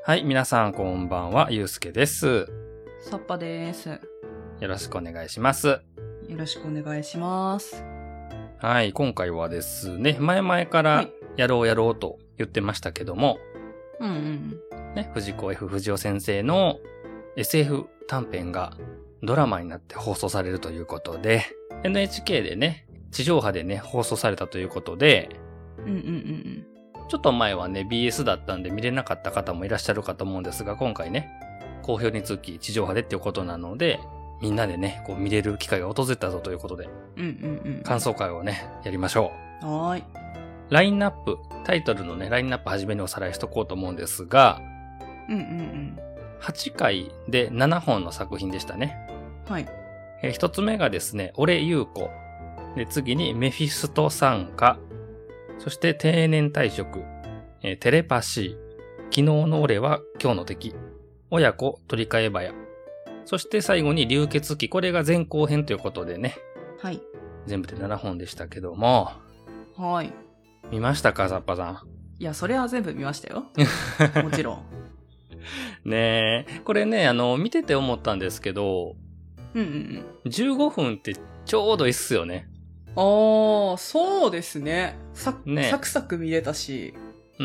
はい、皆さんこんばんは、ゆうすけです。 さっぱです。 よろしくお願いします。よろしくお願いします。 はい、今回はですね、前々からやろうと言ってましたけども、ね、藤子 F 不二雄先生の SF 短編がドラマになって放送されるということで、NHK でね、地上波でね、放送されたということで、ちょっと前はね、BS だったんで見れなかった方もいらっしゃるかと思うんですが、今回ね、好評につき地上波でっていうことなので、みんなでね、こう見れる機会が訪れたぞということで、感想会をね、やりましょう。 はーい。 ラインナップ、タイトルのね、ラインナップ初めにおさらいしとこうと思うんですが、8回で7本の作品でしたね。 はい。 一つ目がですね、俺優子。で、次にメフィスト参加。そして定年退職。テレパシー。昨日の俺は今日の敵。親子取り替え早。そして最後に流血鬼。これが前後編ということでね。 はい。 全部で7本でしたけども。 はい。 見ましたか、ザッパさん。 いや、それは全部見ましたよ。もちろん。 ねえ。これね、見てて思ったんですけど、15分ってちょうどいいっすよね。 ああ、そうですね。サクサク見れたし。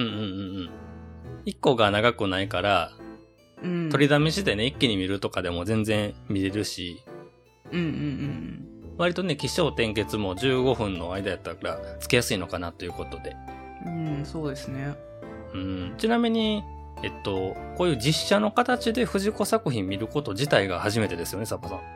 一個が長くないから、取りだめしてね、一気に見るとかでも全然見れるし。割とね、起承転結も15分の間やったから、つけやすいのかなということで。 そうですね。 ちなみに、こういう実写の形で藤子作品見ること自体が初めてですよね、サッパさん。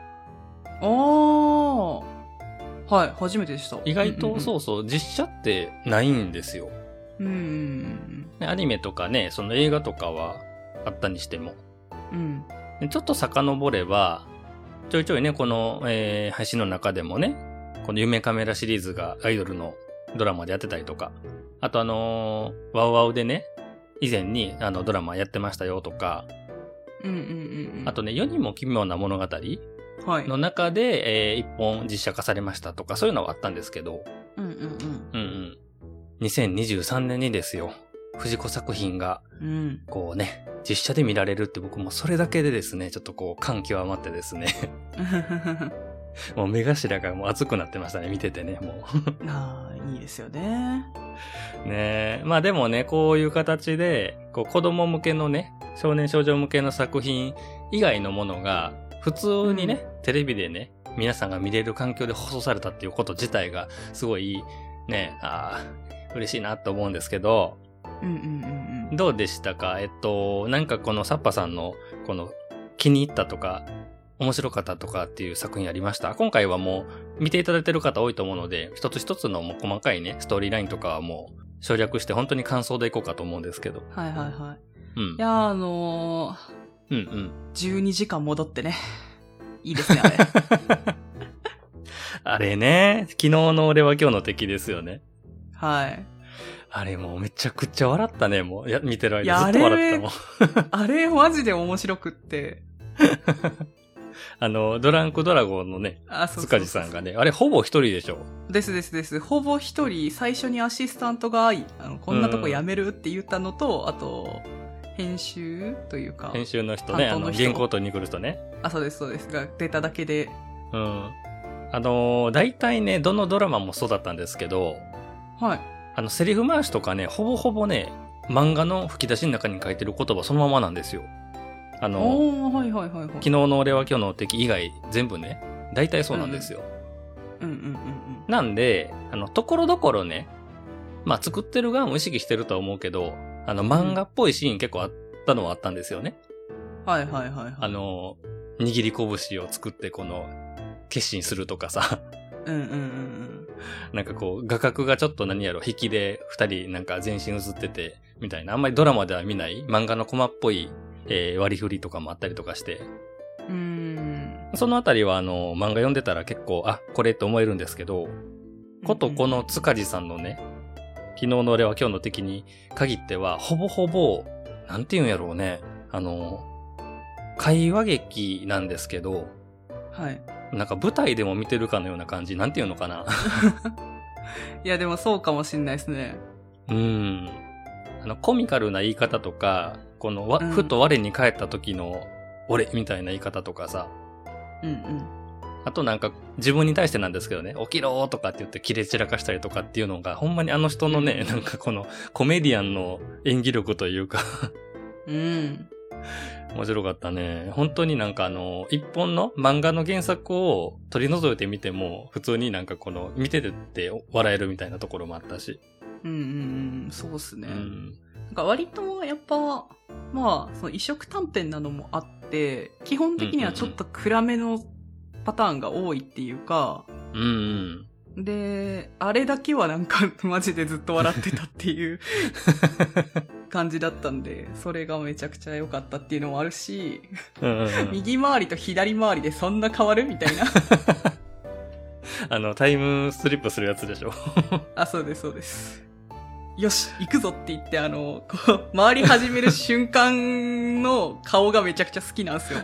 はい、初めてでした。 意外と、そうそう、実写ってないんですよ。アニメとかね、その映画とかはあったにしても。ちょっと遡れば、ちょいちょいね、この、配信の中でもね、この夢カメラシリーズがアイドルのドラマでやってたりとか、あとワウワウでね、以前にドラマやってましたよとか、あとね、世にも奇妙な物語の中で、一本実写化されましたとか、そういうのはあったんですけど、2023年にですよ、藤子作品が、こうね、実写で見られるって僕もそれだけでですね、ちょっとこう感極まってですね。もう目頭がもう熱くなってましたね、見ててね、もう。 いいですよね。 ねえ。まあでもね、こういう形で、こう子供向けのね、少年少女向けの作品以外のものが、普通にね、テレビでね、皆さんが見れる環境で放送されたっていうこと自体が、すごい、ね、嬉しいなと思うんですけど、どうでしたか？なんかこのサッパさんの、この気に入ったとか、面白かったとかっていう作品ありました？今回はもう見ていただいてる方多いと思うので、一つ一つのもう細かいね、ストーリーラインとかはもう省略して本当に感想でいこうかと思うんですけど。 はい。いや12時間戻ってね。いいですね、あれ。 あれね、昨日の俺は今日の敵ですよね。 はい。 あれもうめちゃくちゃ笑ったね、もう。見てる間ずっと笑ってたもん。 あれマジで面白くって。 ドランクドラゴンのね、塚地さんがね、あれほぼ一人でしょ？ です。ほぼ一人、最初にアシスタントが、こんなとこやめるって言ったのと、あと、編集というか。 編集の人ね、原稿取りに来る人ね。 そうです。が出ただけで。 大体ね、どのドラマもそうだったんですけど、 はい。 セリフ回しとかね、ほぼね、漫画の吹き出しの中に書いてる言葉そのままなんですよ。昨日の俺は今日の敵以外全部ね、大体そうなんですよ。なんで、ところどころね、まあ作ってる側も意識してるとは思うけど、漫画っぽいシーン結構あったのはあったんですよね。握り拳を作ってこの、決心するとかさ。なんかこう、画角がちょっと何やろ、引きで二人なんか全身映ってて、みたいな。あんまりドラマでは見ない漫画のコマっぽい、割り振りとかもあったりとかして。そのあたりは漫画読んでたら結構、これって思えるんですけど、この塚地さんのね、昨日の俺は今日の敵に限っては、ほぼ、なんて言うんやろうね。会話劇なんですけど、 はい。 なんか舞台でも見てるかのような感じ、なんていうのかな。 いや、でもそうかもしんないですね。 コミカルな言い方とか、 このうんふと我に返った時の俺みたいな言い方とかさ、 うんうん。 あとなんか自分に対してなんですけどね、起きろーとかって言ってキレ散らかしたりとかっていうのが、ほんまにあの人のね、なんかこのコメディアンの演技力というかうん。 面白かったね。本当になんか一本の漫画の原作を取り除いてみても、普通になんかこの見ててって笑えるみたいなところもあったし。 うんうんうん。そうっすね。 うん。 なんか割とやっぱ、まあ、その異色短編なのもあって、基本的にはちょっと暗めのパターンが多いっていうか、 うんうん。 で、あれだけはなんかマジでずっと笑ってたっていう感じだったんで、それがめちゃくちゃ良かったっていうのもあるし、 うんうんうん、 右回りと左回りでそんな変わるみたいな。 タイムスリップするやつでしょ。 あ、そうです、そうです。よし、行くぞって言って、こう、回り始める瞬間の顔がめちゃくちゃ好きなんですよ。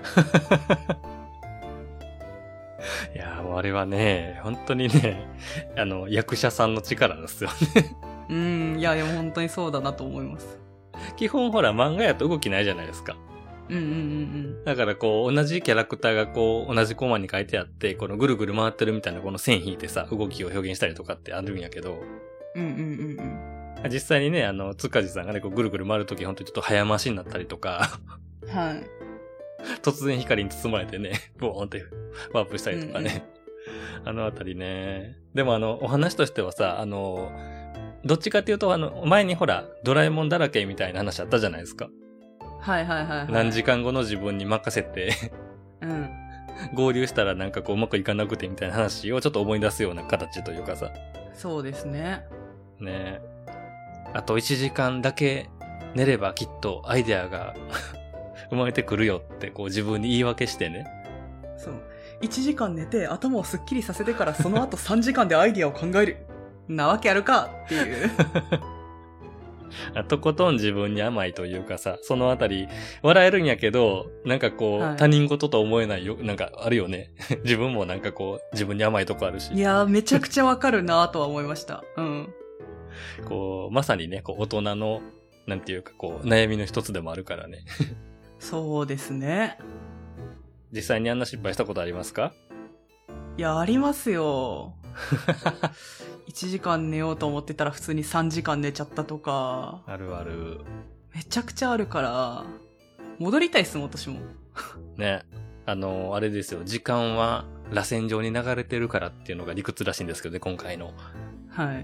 いやーもうあれはね、本当にね、役者さんの力ですよね。 いや、でも本当にそうだなと思います。 基本ほら漫画やと動きないじゃないですか。 うんうんうんだからこう、同じキャラクターがこう、同じコマに書いてあって、このぐるぐる回ってるみたいなこの線引いてさ、動きを表現したりとかってあるんやけど、 うん。うんうんうん実際にね、塚地さんがね、こうぐるぐる回るとき本当にちょっと早回しになったりとか、 うん。はい。 突然光に包まれてね、ボーンってワープしたりとかね。あのあたりね。でもお話としてはさ、どっちかっていうと前にほら、ドラえもんだらけみたいな話あったじゃないですか。 はいはいはい、はい。 何時間後の自分に任せてうん。 合流したらなんかこううまくいかなくてみたいな話をちょっと思い出すような形というかさ。 そうですね。 ね。あと1時間だけ寝ればきっとアイデアが生まれてくるよってこう自分に言い訳してね。 そう。1時間寝て頭をスッキリさせてからその後3時間でアイディアを考える。なわけあるかっていう。 とことん自分に甘いというかさ、そのあたり笑えるんやけど、なんかこう、 はい他人事と思えないよ、なんかあるよね。自分もなんかこう、自分に甘いとこあるし。 いやー、めちゃくちゃわかるなとは思いました。うん。 こう、まさにね、こう大人の、なんていうかこう、悩みの一つでもあるからね。 そうですね。 実際にあんな失敗したことありますか？ いや、ありますよ。1時間寝ようと思ってたら普通に3時間寝ちゃったとか。 あるある。 めちゃくちゃあるから、戻りたいっすもん、私も。 ね。あれですよ。時間は螺旋状に流れてるからっていうのが理屈らしいんですけどね、今回の。 はい。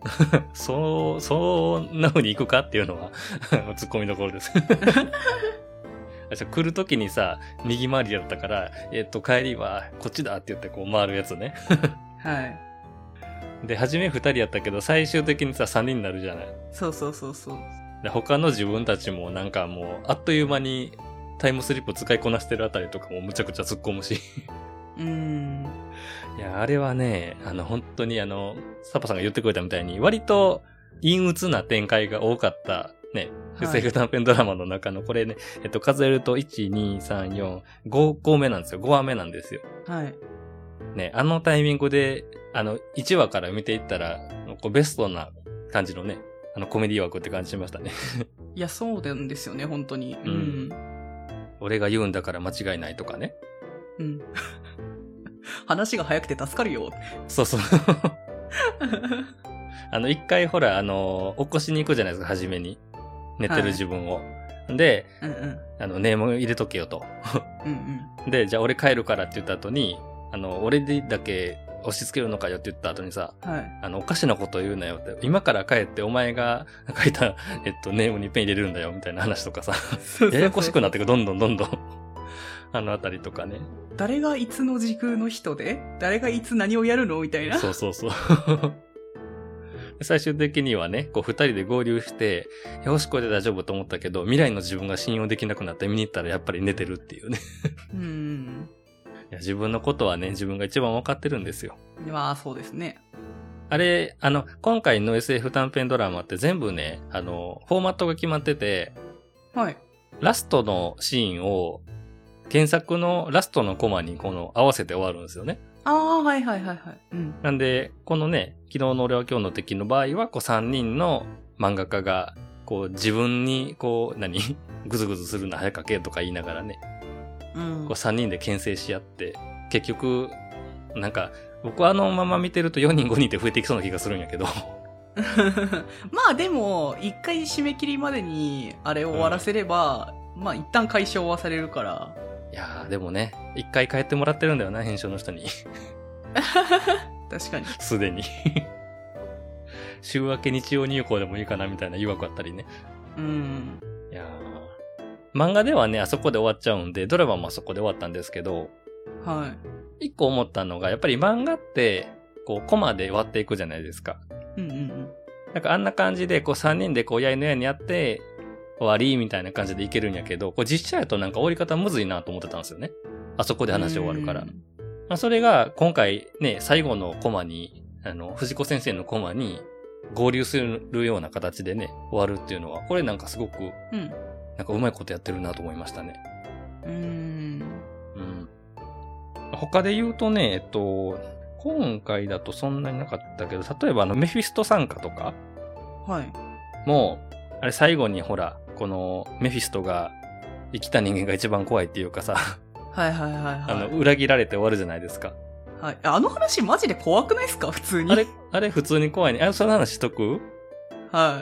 そんな風に行くかっていうのは、突っ込みどころです。来るときにさ、右回りだったから、帰りはこっちだって言ってこう回るやつね。 はい。 で、初め2人やったけど、最終的にさ、3人になるじゃない。 そうそうそうそう。 で、他の自分たちもなんかもう、あっという間にタイムスリップ使いこなしてるあたりとかもむちゃくちゃ突っ込むし。いや、あれはね、本当にサパさんが言ってくれたみたいに、割と陰鬱な展開が多かったね、SF 短編ドラマの中のこれね、数えると1、2、3、4、5個目なんですよ。5話目なんですよ。 はい。 ね、あのタイミングで、1話から見ていったら、こうベストな感じのね、コメディ枠って感じしましたね。 いや、そうなんですよね、本当に。うん。 俺が言うんだから間違いないとかね。 うん。話が早くて助かるよ。 そうそう。一回ほら、起こしに行くじゃないですか、初めに。寝てる自分を。で、 うんうん。 ネーム入れとけよと。 うんうん。 で、じゃあ俺帰るからって言った後に、俺でだけ押し付けるのかよって言った後にさ、 はい。 おかしなこと言うなよって、今から帰ってお前が書いた、ネームにペン入れるんだよみたいな話とかさ、ややこしくなってくどんどん。あたりとかね。 誰がいつの時空の人で誰がいつ何をやるのみたいな。 そう。最終的にはね、こう二人で合流して、よし、これで大丈夫と思ったけど、未来の自分が信用できなくなって見に行ったらやっぱり寝てるっていうね。いや、自分のことはね、自分が一番わかってるんですよ。 まあ、そうですね。 あれ、今回の SF 短編ドラマって全部ね、フォーマットが決まってて、 はい。 ラストのシーンを、原作のラストのコマに合わせて終わるんですよね。 ああ、はいはいはいはい。うん。 なんで、このね、昨日の俺は今日の敵の場合は、こう3人の漫画家が、こう自分に、こう、ぐずぐずするな、早かけとか言いながらね、 うん。 こう3人で牽制し合って、結局、なんか、僕はあのまま見てると4人5人って増えていきそうな気がするんやけど。 まあでも、一回締め切りまでにあれを終わらせれば、まあ一旦解消はされるから。 いやー、でもね、一回帰ってもらってるんだよな、編集の人に。 確かに。 すでに。週明け日曜入稿でもいいかなみたいな誘惑あったりね。 うん。 いやー、漫画ではね、あそこで終わっちゃうんで、ドラマもあそこで終わったんですけど、 は一個思ったのが、やっぱり漫画って、こう、コマで割っていくじゃないですか。 い。うんうんうん。 なんかあんな感じで、こう3人でこう、やいのやにやって、終わりみたいな感じでいけるんやけど、こう実写やとなんか終わり方むずいなと思ってたんですよね。あそこで話終わるから。まあ、それが今回ね、最後のコマに、藤子先生のコマに合流するような形でね、終わるっていうのは、これなんかすごく、なんかうまいことやってるなと思いましたね。うん。他で言うとね、今回だとそんなになかったけど、例えばメフィスト参加とかはい。 もう、あれ最後にほら、このメフィストが生きた人間が一番怖いっていうかさ、 はいはいはいはい。 裏切られて終わるじゃないですか。 はい。あの話マジで怖くないですか普通に。 あれ普通に怖いね。その話しとく？ はい。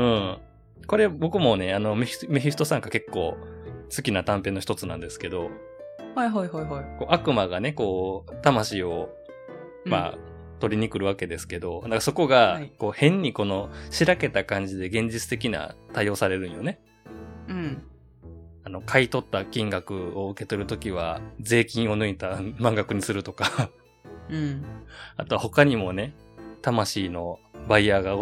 うん。これ僕もね、メフィスト参加結構好きな短編の一つなんですけど、 はいはいはいはい。 こう悪魔がね、こう、魂を、まあ、取りに来るわけですけど、なんかそこが、こう変にこの、しらけた感じで現実的な対応されるんよね。 うん。 買い取った金額を受け取るときは、税金を抜いた満額にするとか。 うん。 あとは他にもね、魂のバイヤーがおって、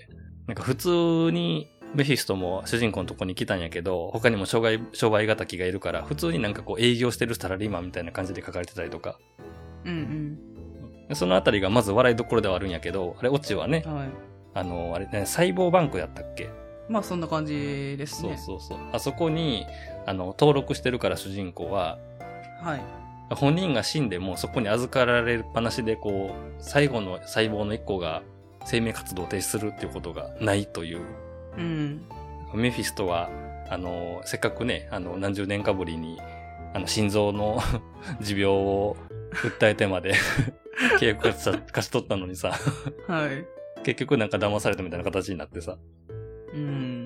なんか普通に、メフィストも主人公のとこに来たんやけど、他にも商売敵がいるから、普通になんかこう営業してるサラリーマンみたいな感じで書かれてたりとか。 うんうん。そのあたりがまず笑いどころではあるんやけど、あれ、オチはね、 はい。 あれ、ね、細胞バンクやったっけ？ まあそんな感じですね。 そう。あそこに、登録してるから主人公は、 はい。 本人が死んでもそこに預かられっぱなしでこう、最後の細胞の一個が生命活動を停止するっていうことがないという。 うん。 メフィストは、せっかくね、何十年かぶりに、心臓の持病を訴えてまで契約貸し取ったのにさ、 はい。 結局なんか騙されたみたいな形になってさ、 うん。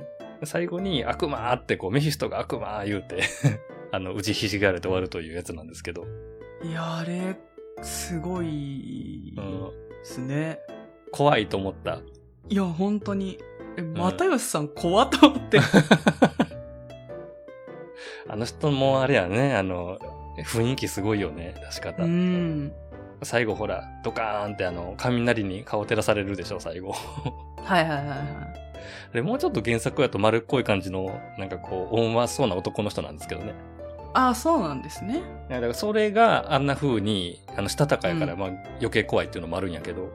最後に悪魔ってこう、メフィストが悪魔言うて打ちひしがれて終わるというやつなんですけど。 いや、あれ、すごい、ですね。 怖いと思った。 いや、本当に。又吉さん怖っと思って。 あの人もあれやね、雰囲気すごいよね、出し方。最後ほら、ドカーンって雷に顔照らされるでしょ、最後。 はいはいはいはい。 あれ、もうちょっと原作やと丸っこい感じの、なんかこう、温和そうな男の人なんですけどね。 ああ、そうなんですね。 だからそれがあんな風に、したたかやから、まあ余計怖いっていうのもあるんやけど。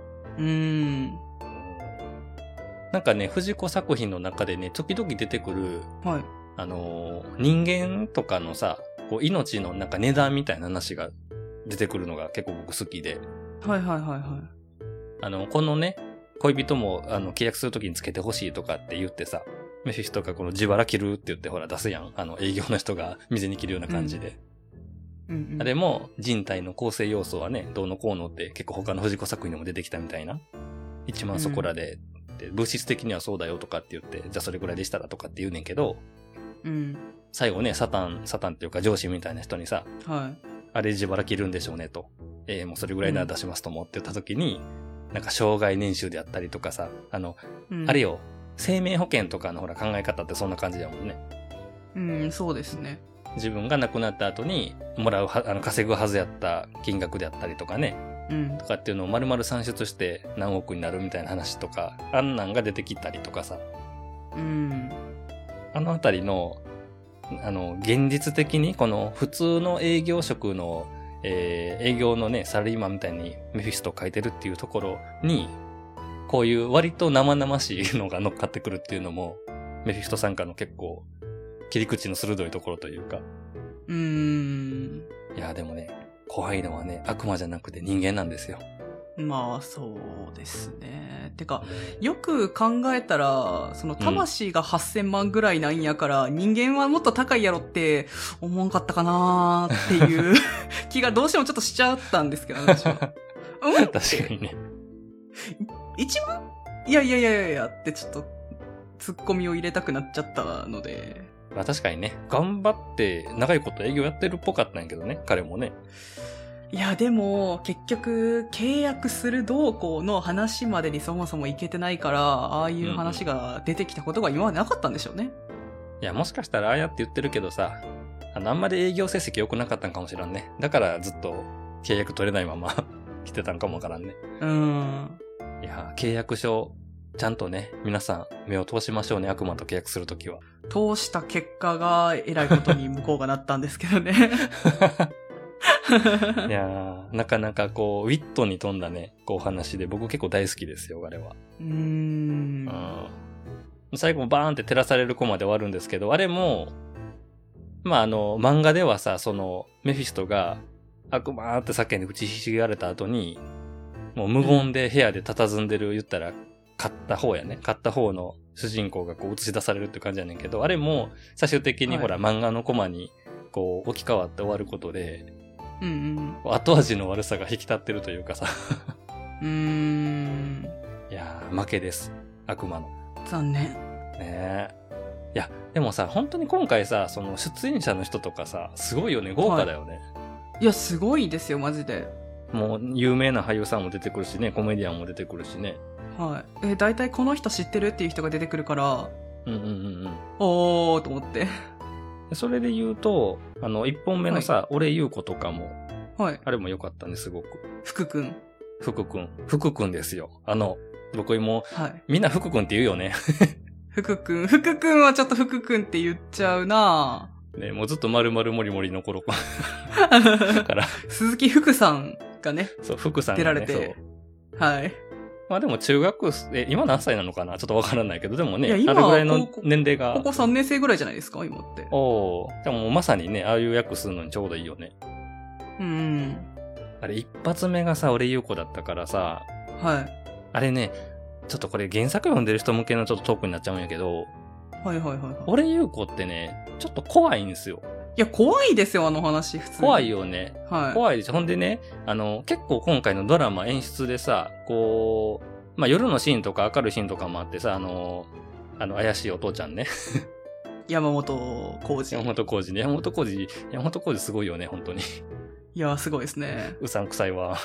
なんかね、藤子作品の中でね、時々出てくる、 はい。 人間とかのさ、こう命のなんか値段みたいな話が出てくるのが結構僕好きで。 はいはいはいはい。 このね、恋人も契約するときにつけてほしいとかって言ってさ、メフィストがこの自腹切るって言ってほら出すやん。営業の人が店に切るような感じで。あれも人体の構成要素はね、どうのこうのって結構他の藤子作品でも出てきたみたいな。1万そこらで、物質的にはそうだよとかって言って、じゃあそれぐらいでしたらとかって言うねんけど、最後ね、サタンっていうか上司みたいな人にさ、あれ自腹切るんでしょうねと。もうそれぐらいなら出しますと思って言った時に、なんか障害年収であったりとかさ、あれよ、生命保険とかのほら考え方ってそんな感じだもんね。 そうですね。 自分が亡くなった後にもらう稼ぐはずやった金額であったりとかね。とかっていうのを丸々算出して何億になるみたいな話とか、あんなんが出てきたりとかさ。あのあたりの、現実的にこの普通の営業職の、営業のね、サラリーマンみたいにメフィストを書いてるっていうところに、こういう割と生々しいのが乗っかってくるっていうのも、メフィスト参加の結構、切り口の鋭いところというか。いや、でもね、 怖いのはね、悪魔じゃなくて人間なんですよ。 まあ、そうですね。てか、よく考えたら、その魂が8000万ぐらいなんやから、人間はもっと高いやろって思わんかったかなーっていう気がどうしてもちょっとしちゃったんですけど、私は。 確かにね。 1万？いやいやいやいやってちょっと、ツッコミを入れたくなっちゃったので。 まあ確かにね、頑張って長いこと営業やってるっぽかったんやけどね、彼もね。 いや、でも、結局、契約するどうこうの話までにそもそもいけてないから、ああいう話が出てきたことが今までなかったんでしょうね。 いや、もしかしたらああやって言ってるけどさ、あんまり営業成績良くなかったんかもしれんね。だからずっと契約取れないまま来てたんかもわからんね。いや、契約書、ちゃんとね、皆さん目を通しましょうね、悪魔と契約するときは。 通した結果が、えらいことに向こうがなったんですけどね。 いやー、なかなかこう、ウィットに富んだね、こう話で僕結構大好きですよ、あれは。最後もバーンって照らされるコマで終わるんですけど、あれも、まあ漫画ではさ、その、メフィストが、悪魔って叫んで打ちひしがれた後に、もう無言で部屋で佇んでる、言ったら、勝った方やね。勝った方の主人公がこう映し出されるって感じやねんけど、あれも最終的にほら、漫画のコマにこう置き換わって終わることで、後味の悪さが引き立ってるというかさ。いやー、負けです。悪魔の。 残念。 ねえ。いや、でもさ、本当に今回さ、その出演者の人とかさ、すごいよね、豪華だよね。 いや、すごいですよ、マジで。 もう、有名な俳優さんも出てくるしね、コメディアンも出てくるしね。 はい。大体この人知ってるっていう人が出てくるから、おーと思って。 それで言うと、一本目のさ、俺優子とかも、 はい。 あれも良かったね、すごく。 福くんですよ。僕も、 はい。 みんな福くんって言うよね。 福くんはちょっと福くんって言っちゃうなね、もうずっと丸々もりもりの頃から。 鈴木福さんがね。 そう、福さんがね。出られて。はい。 まあでも中学今何歳なのかなちょっとわからないけど、でもね、あれぐらいの年齢が。 高校3年生ぐらいじゃないですか今って。 おー。でもまさにね、ああいう役するのにちょうどいいよね。あれ一発目がさ、俺優子だったからさ。 はい。 あれね、ちょっとこれ原作読んでる人向けのちょっとトークになっちゃうんやけど。俺優子ってね、ちょっと怖いんですよ。 いや、怖いですよ、あの話、普通に。 怖いよね。 はい。 怖いでしょ。ほんでね、結構今回のドラマ演出でさ、こう、まあ、夜のシーンとか明るいシーンとかもあってさ、怪しいお父ちゃんね。 山本浩二ね。 山本浩二すごいよね、本当に。 いや、すごいですね。 うさんくさいわ。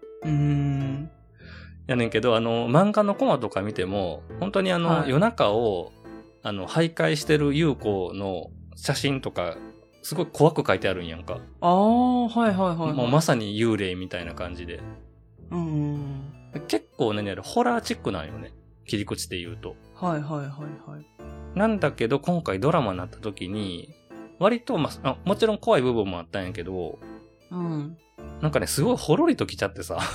やねんけど、漫画のコマとか見ても、本当にはい、夜中を、徘徊してる優子の写真とか、すごい怖く書いてあるんやんか。 はい。 もうまさに幽霊みたいな感じで。結構ね、ホラーチックなんよね。切り口で言うと。 はい。 なんだけど、今回ドラマになった時に、割と、もちろん怖い部分もあったんやけど、なんかね、すごいほろりと来ちゃってさ。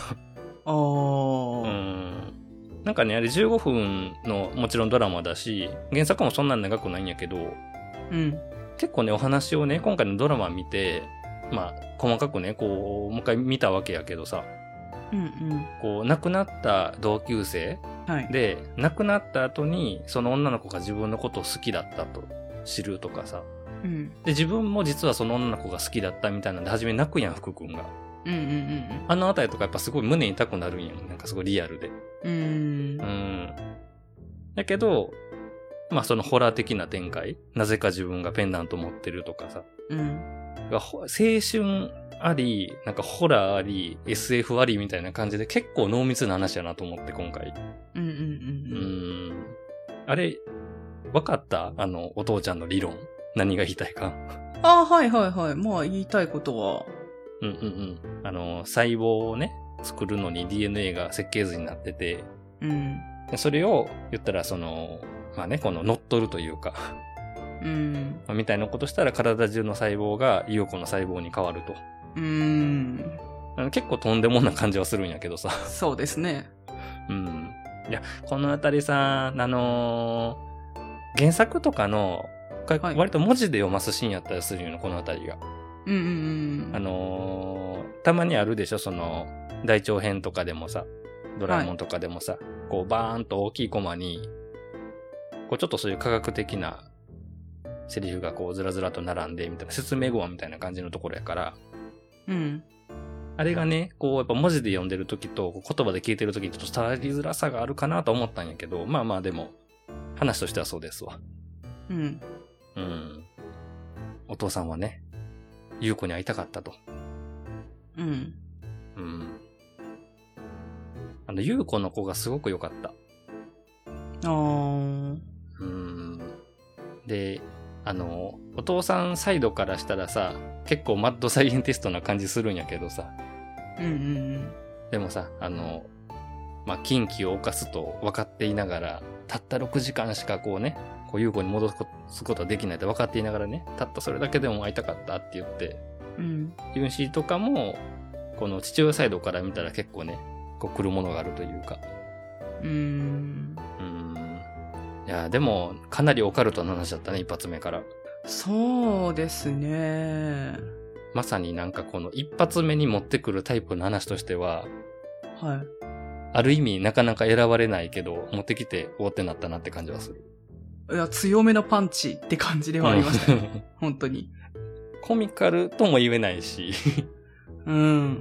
なんかね、あれ15分のもちろんドラマだし、原作もそんなに長くないんやけど、結構ね、お話をね、今回のドラマ見て、まあ、細かくね、こう、もう一回見たわけやけどさ、こう、亡くなった同級生、で、亡くなった後に、その女の子が自分のことを好きだったと知るとかさ、で、自分も実はその女の子が好きだったみたいなんで、初め泣くやん、福君が。あのあたりとかやっぱすごい胸痛くなるんやん。なんかすごいリアルで。だけど、まあそのホラー的な展開。なぜか自分がペンダント持ってるとかさ。青春あり、なんかホラーあり、SF ありみたいな感じで結構濃密な話やなと思って今回。あれ、わかった？お父ちゃんの理論。何が言いたいか。 はい。まあ言いたいことは。 細胞をね、作るのに DNA が設計図になってて、それを言ったらまあね、この乗っ取るというか、みたいなことしたら体中の細胞が優子の細胞に変わると。結構とんでもな感じはするんやけどさ。 そうですね。 いや、このあたりさ、原作とかの、割と文字で読ますシーンやったりするような、このあたりが。 たまにあるでしょ、その、大長編とかでもさ、ドラえもんとかでもさ、こうバーンと大きいコマに、こうちょっとそういう科学的なセリフがこうずらずらと並んで、みたいな、説明語みたいな感じのところやから、 うん。 あれがね、こうやっぱ文字で読んでる時と言葉で聞いてる時にちょっと伝わりづらさがあるかなと思ったんやけど、まあまあでも、話としてはそうですわ。 うん。 うん。お父さんはね、優子に会いたかったと。 うん。 うん。優子の子がすごく良かった。で、お父さんサイドからしたらさ、結構マッドサイエンティストな感じするんやけどさ。 うんうんうん。 でもさ、まあ、禁忌を犯すと分かっていながら、たった6時間しかこうね、こう優子に戻すことはできないって分かっていながらね、たったそれだけでも会いたかったって言って、 うん。ユンシーとかも、この父親サイドから見たら結構ね、こう来るものがあるというか。いや、でも、かなりオカルトの話だったね、一発目から。 そうですね。 まさになんかこの一発目に持ってくるタイプの話としては、 はい。 ある意味なかなか選ばれないけど、持ってきておってなったなって感じはする。 いや、強めのパンチって感じではありましたね。本当に。 コミカルとも言えないし。 うん。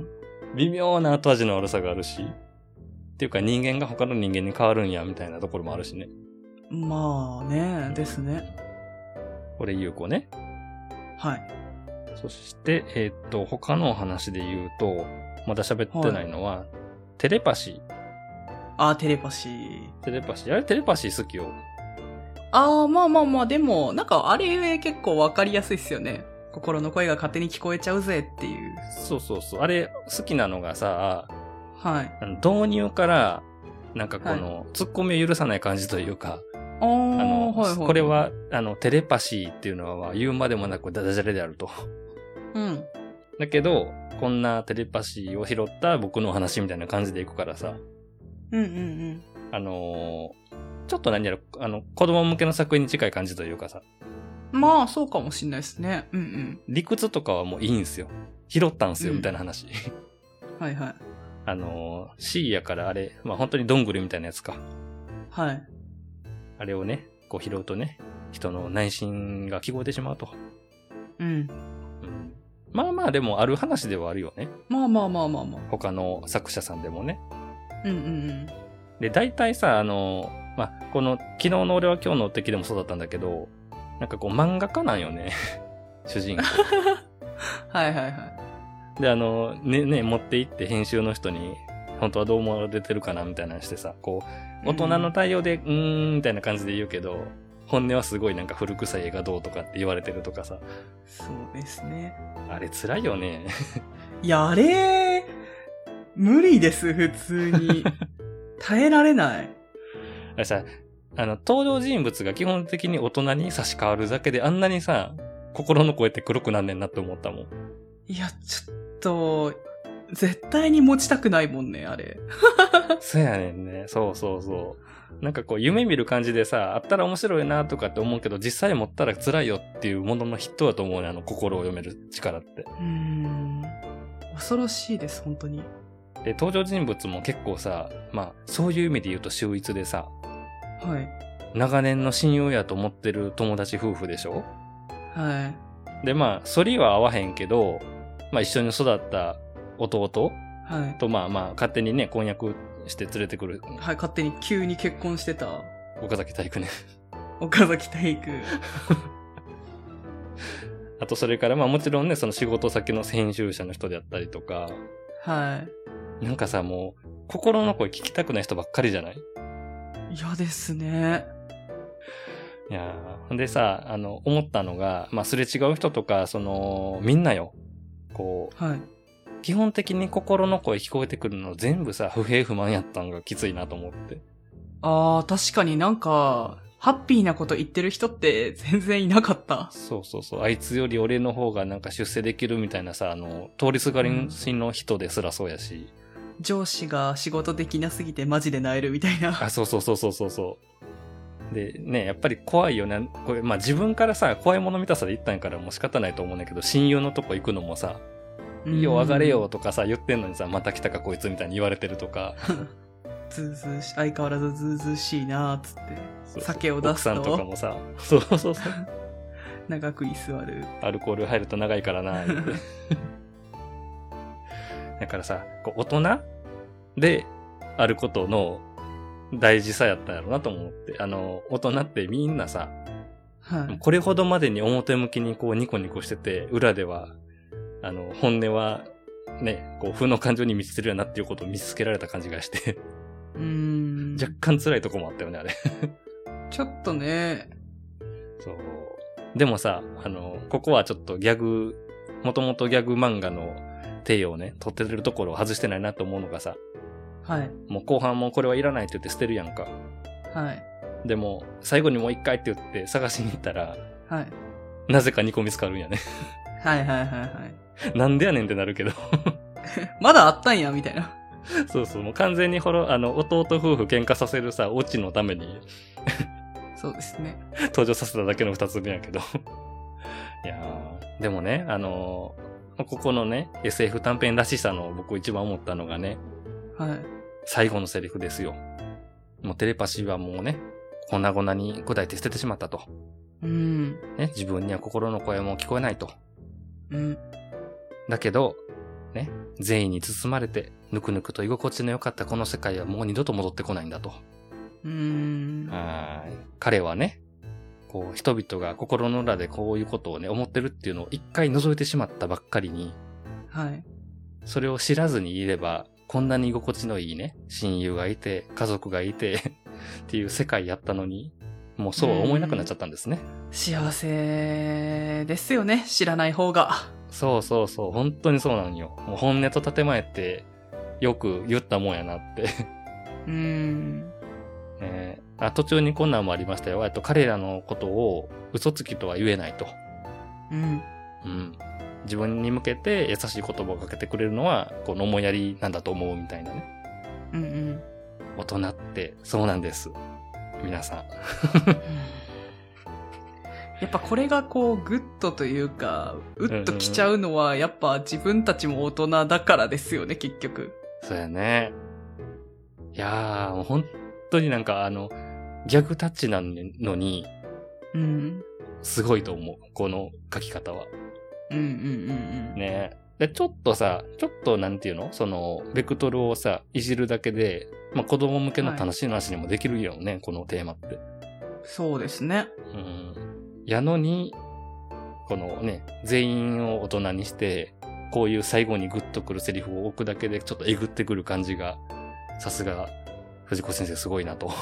微妙な後味の悪さがあるし。っていうか人間が他の人間に変わるんや、みたいなところもあるしね。 まあね、ですね。 これ優子ね。 はい。 そして、他のお話で言うと、まだ喋ってないのは、テレパシー。 あ、テレパシー。 テレパシー。あれテレパシー好きよ。 まあまあまあ、でも、なんかあれ結構わかりやすいっすよね。心の声が勝手に聞こえちゃうぜっていう。 そうそうそう。あれ好きなのがさ、 はい。 導入から、なんかこの、ツッコミを許さない感じというか、 はいはい、 これは、テレパシーっていうのは言うまでもなくダジャレであると。 うん。 だけど、こんなテレパシーを拾った僕の話みたいな感じでいくからさ。 うんうんうん。ちょっと何やろ、子供向けの作品に近い感じというかさ。 まあ、そうかもしんないですね。うんうん。 理屈とかはもういいんすよ。拾ったんすよ、みたいな話。 はいはい。 C やからあれ、まあ本当にどんぐりみたいなやつか。 はい。 あれをね、こう拾うとね、人の内心が聞こえてしまうと。 うん。 まあまあでもある話ではあるよね。 まあ。 他の作者さんでもね。 うん。 で、大体さ、まあ、この、昨日の俺は今日の敵でもそうだったんだけど、なんかこう漫画家なんよね。主人公。 はい。 で、持って行って編集の人に、本当はどう思われてるかなみたいなのしてさ、こう、大人の対応で、みたいな感じで言うけど、本音はすごいなんか古臭い絵がどうとかって言われてるとかさ。 そうですね。 あれ辛いよね。 いや、あれ、無理です、普通に。耐えられない。 あれさ、登場人物が基本的に大人に差し替わるだけであんなにさ、心の声って黒くなんねんなって思ったもん。 いや、ちょっと、絶対に持ちたくないもんね、あれ。 そうやねんね。そう。なんかこう夢見る感じでさ、あったら面白いなとかって思うけど、実際持ったら辛いよっていうものの筆頭だと思うね、心を読める力って。 恐ろしいです、本当に。 で、登場人物も結構さ、まあ、そういう意味で言うと秀逸でさ、 はい。 長年の親友やと思ってる友達夫婦でしょ？ はい。 で、まあ、反りは合わへんけど、まあ一緒に育った弟と、まあ勝手にね、婚約して連れてくる。 はい、勝手に急に結婚してた。 岡崎体育ね。 岡崎体育。 あとそれからまあもちろんね、その仕事先の編集者の人であったりとか。 はい。 なんかさ、もう、心の声聞きたくない人ばっかりじゃない？ 嫌ですね。 いやー、でさ、思ったのが、まあすれ違う人とか、みんなよ。こう、 はい。 基本的に心の声聞こえてくるの全部さ、不平不満やったんがきついなと思って。 確かになんか、ハッピーなこと言ってる人って全然いなかった。 そう。あいつより俺の方がなんか出世できるみたいなさ、通りすがりの人ですらそうやし。 上司が仕事できなすぎてマジで萎えるみたいな。 そう。で、ね、やっぱり怖いよね。これ、まあ自分からさ、怖いもの見たさで言ったんやからもう仕方ないと思うんだけど、親友のとこ行くのもさ、 いいよ、上がれよとかさ、言ってんのにさ、また来たかこいつみたいに言われてるとか。 ずうずうし、相変わらずずうずうしいなーっつって。 そうそう酒を出すと。 奥さんとかもさ、そうそうそう。 長く居座る。 アルコール入ると長いからな、言って。だからさ、こう大人であることの大事さやったんやろうなと思って。大人ってみんなさ、 はい。 これほどまでに表向きにこうニコニコしてて、裏では、本音は、ね、こう、負の感情に満ちてるよなっていうことを見つけられた感じがして、若干辛いとこもあったよね、あれ。 ちょっとね。 そう。でもさ、ここはちょっともともとギャグ漫画の体をね、取ってるところを外してないなと思うのがさ、 はい。 もう後半もこれはいらないって言って捨てるやんか。 はい。 でも、最後にもう一回って言って探しに行ったら、 はい。 なぜか2個見つかるんやね。 はいはいはいはい。 なんでやねんってなるけど。 まだあったんや、みたいな。 そうそう、もう完全に弟夫婦喧嘩させるさ、オチのためにそうですね。 登場させただけの二つ目やけど。いやー、でもね、ここのね、SF 短編らしさの僕一番思ったのがね、 はい。 最後のセリフですよ。もうテレパシーはもうね、粉々に砕いて捨ててしまったと。ね、自分には心の声も聞こえないと。だけど、ね、善意に包まれて、ぬくぬくと居心地の良かったこの世界はもう二度と戻ってこないんだと。彼はね、こう、人々が心の裏でこういうことをね、思ってるっていうのを一回覗いてしまったばっかりに、 はい。 それを知らずにいれば、こんなに居心地のいいね、親友がいて、家族がいて、っていう世界やったのに、もうそうは思えなくなっちゃったんですね。 幸せですよね、知らない方が。 そうそうそう、本当にそうなんよ。もう本音と建前ってよく言ったもんやなって。途中にこんなんもありましたよ。彼らのことを嘘つきとは言えないと。自分に向けて優しい言葉をかけてくれるのは、この思いやりなんだと思うみたいなね。大人ってそうなんです。皆さん。 やっぱこれがこうグッドというか、うっときちゃうのはやっぱ自分たちも大人だからですよね、結局。 そうやね。いやー、もう本当になんかギャグタッチなのに、すごいと思う。この書き方は。ね。で、ちょっとなんていうのベクトルをさ、いじるだけで、まあ子供向けの楽しい話にもできるよね、このテーマって。 そうですね。 やのに、このね、全員を大人にして、こういう最後にグッとくるセリフを置くだけでちょっとえぐってくる感じが、さすが、藤子先生すごいなと。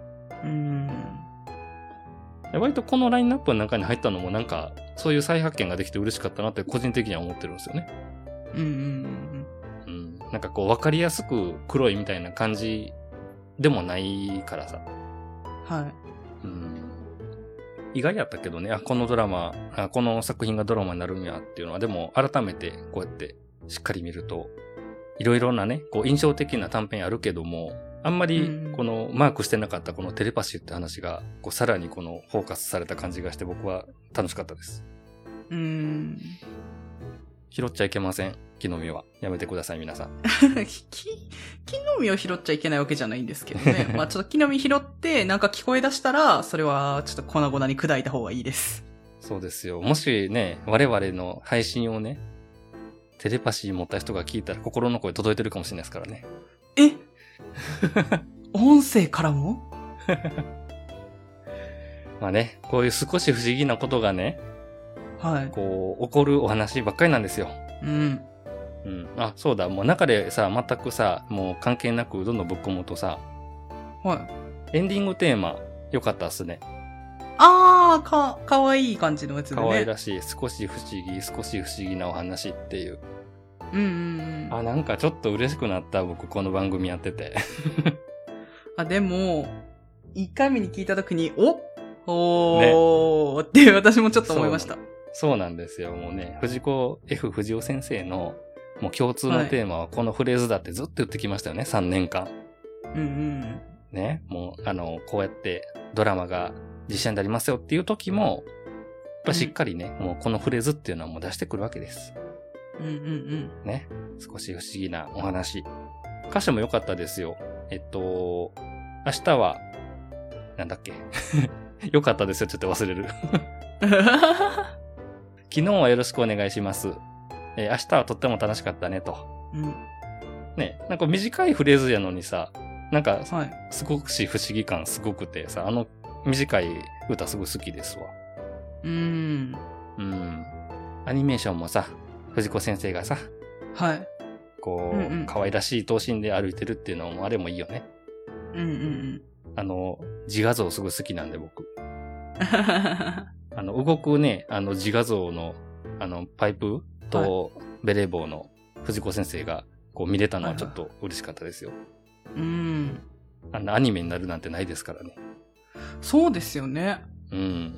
割とこのラインナップの中に入ったのもなんか、そういう再発見ができて嬉しかったなって個人的には思ってるんですよね。なんかこう分かりやすく黒いみたいな感じでもないからさ。 はい。 意外やったけどね、この作品がドラマになるんやっていうのは、でも改めてこうやってしっかり見ると、いろいろなね、こう印象的な短編あるけども、あんまりこのマークしてなかったこのテレパシーって話が、こうさらにこのフォーカスされた感じがして僕は楽しかったです。拾っちゃいけません。木の実は。やめてください、皆さん。 木の実を拾っちゃいけないわけじゃないんですけどね。まあちょっと木の実拾ってなんか聞こえ出したら、それはちょっと粉々に砕いた方がいいです。 そうですよ。もしね、我々の配信をね、テレパシー持った人が聞いたら心の声届いてるかもしれないですからね。 音声からもまあね、こういう少し不思議なことがね、 はい。 こう、起こるお話ばっかりなんですよ。あ、そうだ、もう中でさ、全くさ、もう関係なくどんどんぶっ込むとさ、エンディングテーマ、良かったっすね。 かわいい感じのやつでね。 かわいらしい、少し不思議なお話っていう。なんかちょっと嬉しくなった、僕この番組やってて。 でも、1回目に聞いたときに、って私もちょっと思いました。 そうなんですよ。もうね、藤子 F 不二雄先生のもう共通のテーマはこのフレーズだってずっと言ってきましたよね、3年間。ね、もうこうやってドラマが実写になりますよっていう時も、やっぱしっかりね、もうこのフレーズっていうのはもう出してくるわけです。 うんうんうん。 ね。少し不思議なお話。歌詞も良かったですよ。明日は、なんだっけ。良かったですよ。ちょっと忘れる。昨日はよろしくお願いします。明日はとっても楽しかったねと。 うん。 ね。なんか短いフレーズやのにさ、なんか、 はい。 すごくし不思議感すごくてさ、短い歌すごい好きですわ。 うん。 アニメーションもさ、藤子先生がさ、 はい。 こう、 うんうん、 可愛らしい頭身で歩いてるっていうのもあれもいいよね。 うんうん自画像すごい好きなんで僕。 うん。 動くね、自画像の、パイプとベレー帽の藤子先生が、こう見れたのはちょっと嬉しかったですよ。 うん。 アニメになるなんてないですからね。 そうですよね。 うん。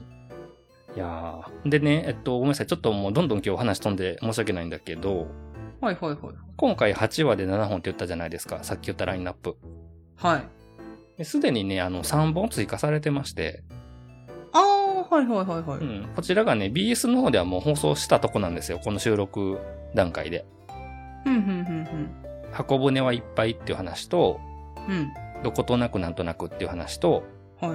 いやー。でね、ごめんなさい。ちょっともうどんどん今日話飛んで申し訳ないんだけど、 はいはいはい。 今回8話で7本って言ったじゃないですか。さっき言ったラインナップ。 はい。 すでにね、3本追加されてまして、 ああ、はいはいはいはい。 こちらがね、BS の方ではもう放送したとこなんですよ。この収録段階で。箱舟はいっぱいっていう話と、 うん。 どことなくなんとなくっていう話と、 はい。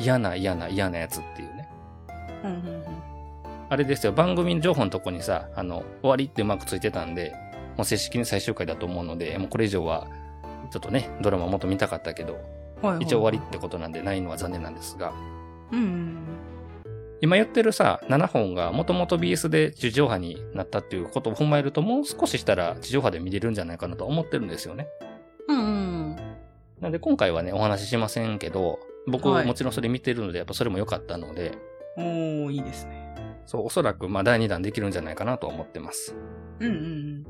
嫌なやつっていうね。 うん。 あれですよ、番組情報のとこにさ、終わりってうまくついてたんで、もう正式に最終回だと思うので、もうこれ以上は、ちょっとね、ドラマもっと見たかったけど、 はい。 一応終わりってことなんでないのは残念なんですが、 うん。 今言ってるさ、7本がもともと BS で地上波になったっていうことを踏まえると、もう少ししたら地上波で見れるんじゃないかなと思ってるんですよね。 うん。 なんで今回はね、お話ししませんけど、僕はいもちろんそれ見てるので、やっぱそれも良かったので、 おー、いいですね。 そう、おそらくまあ第2弾できるんじゃないかなと思ってます。 うん。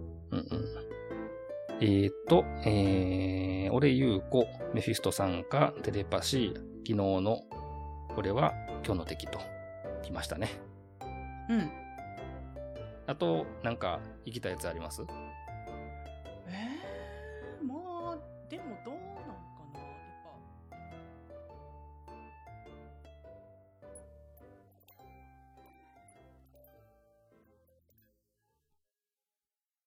俺ゆうこ、メフィスト参加、テレパシー、昨日の、これは今日の敵と、来ましたね。 うん。 あと、なんか、行きたいやつあります？ まあ、でもどう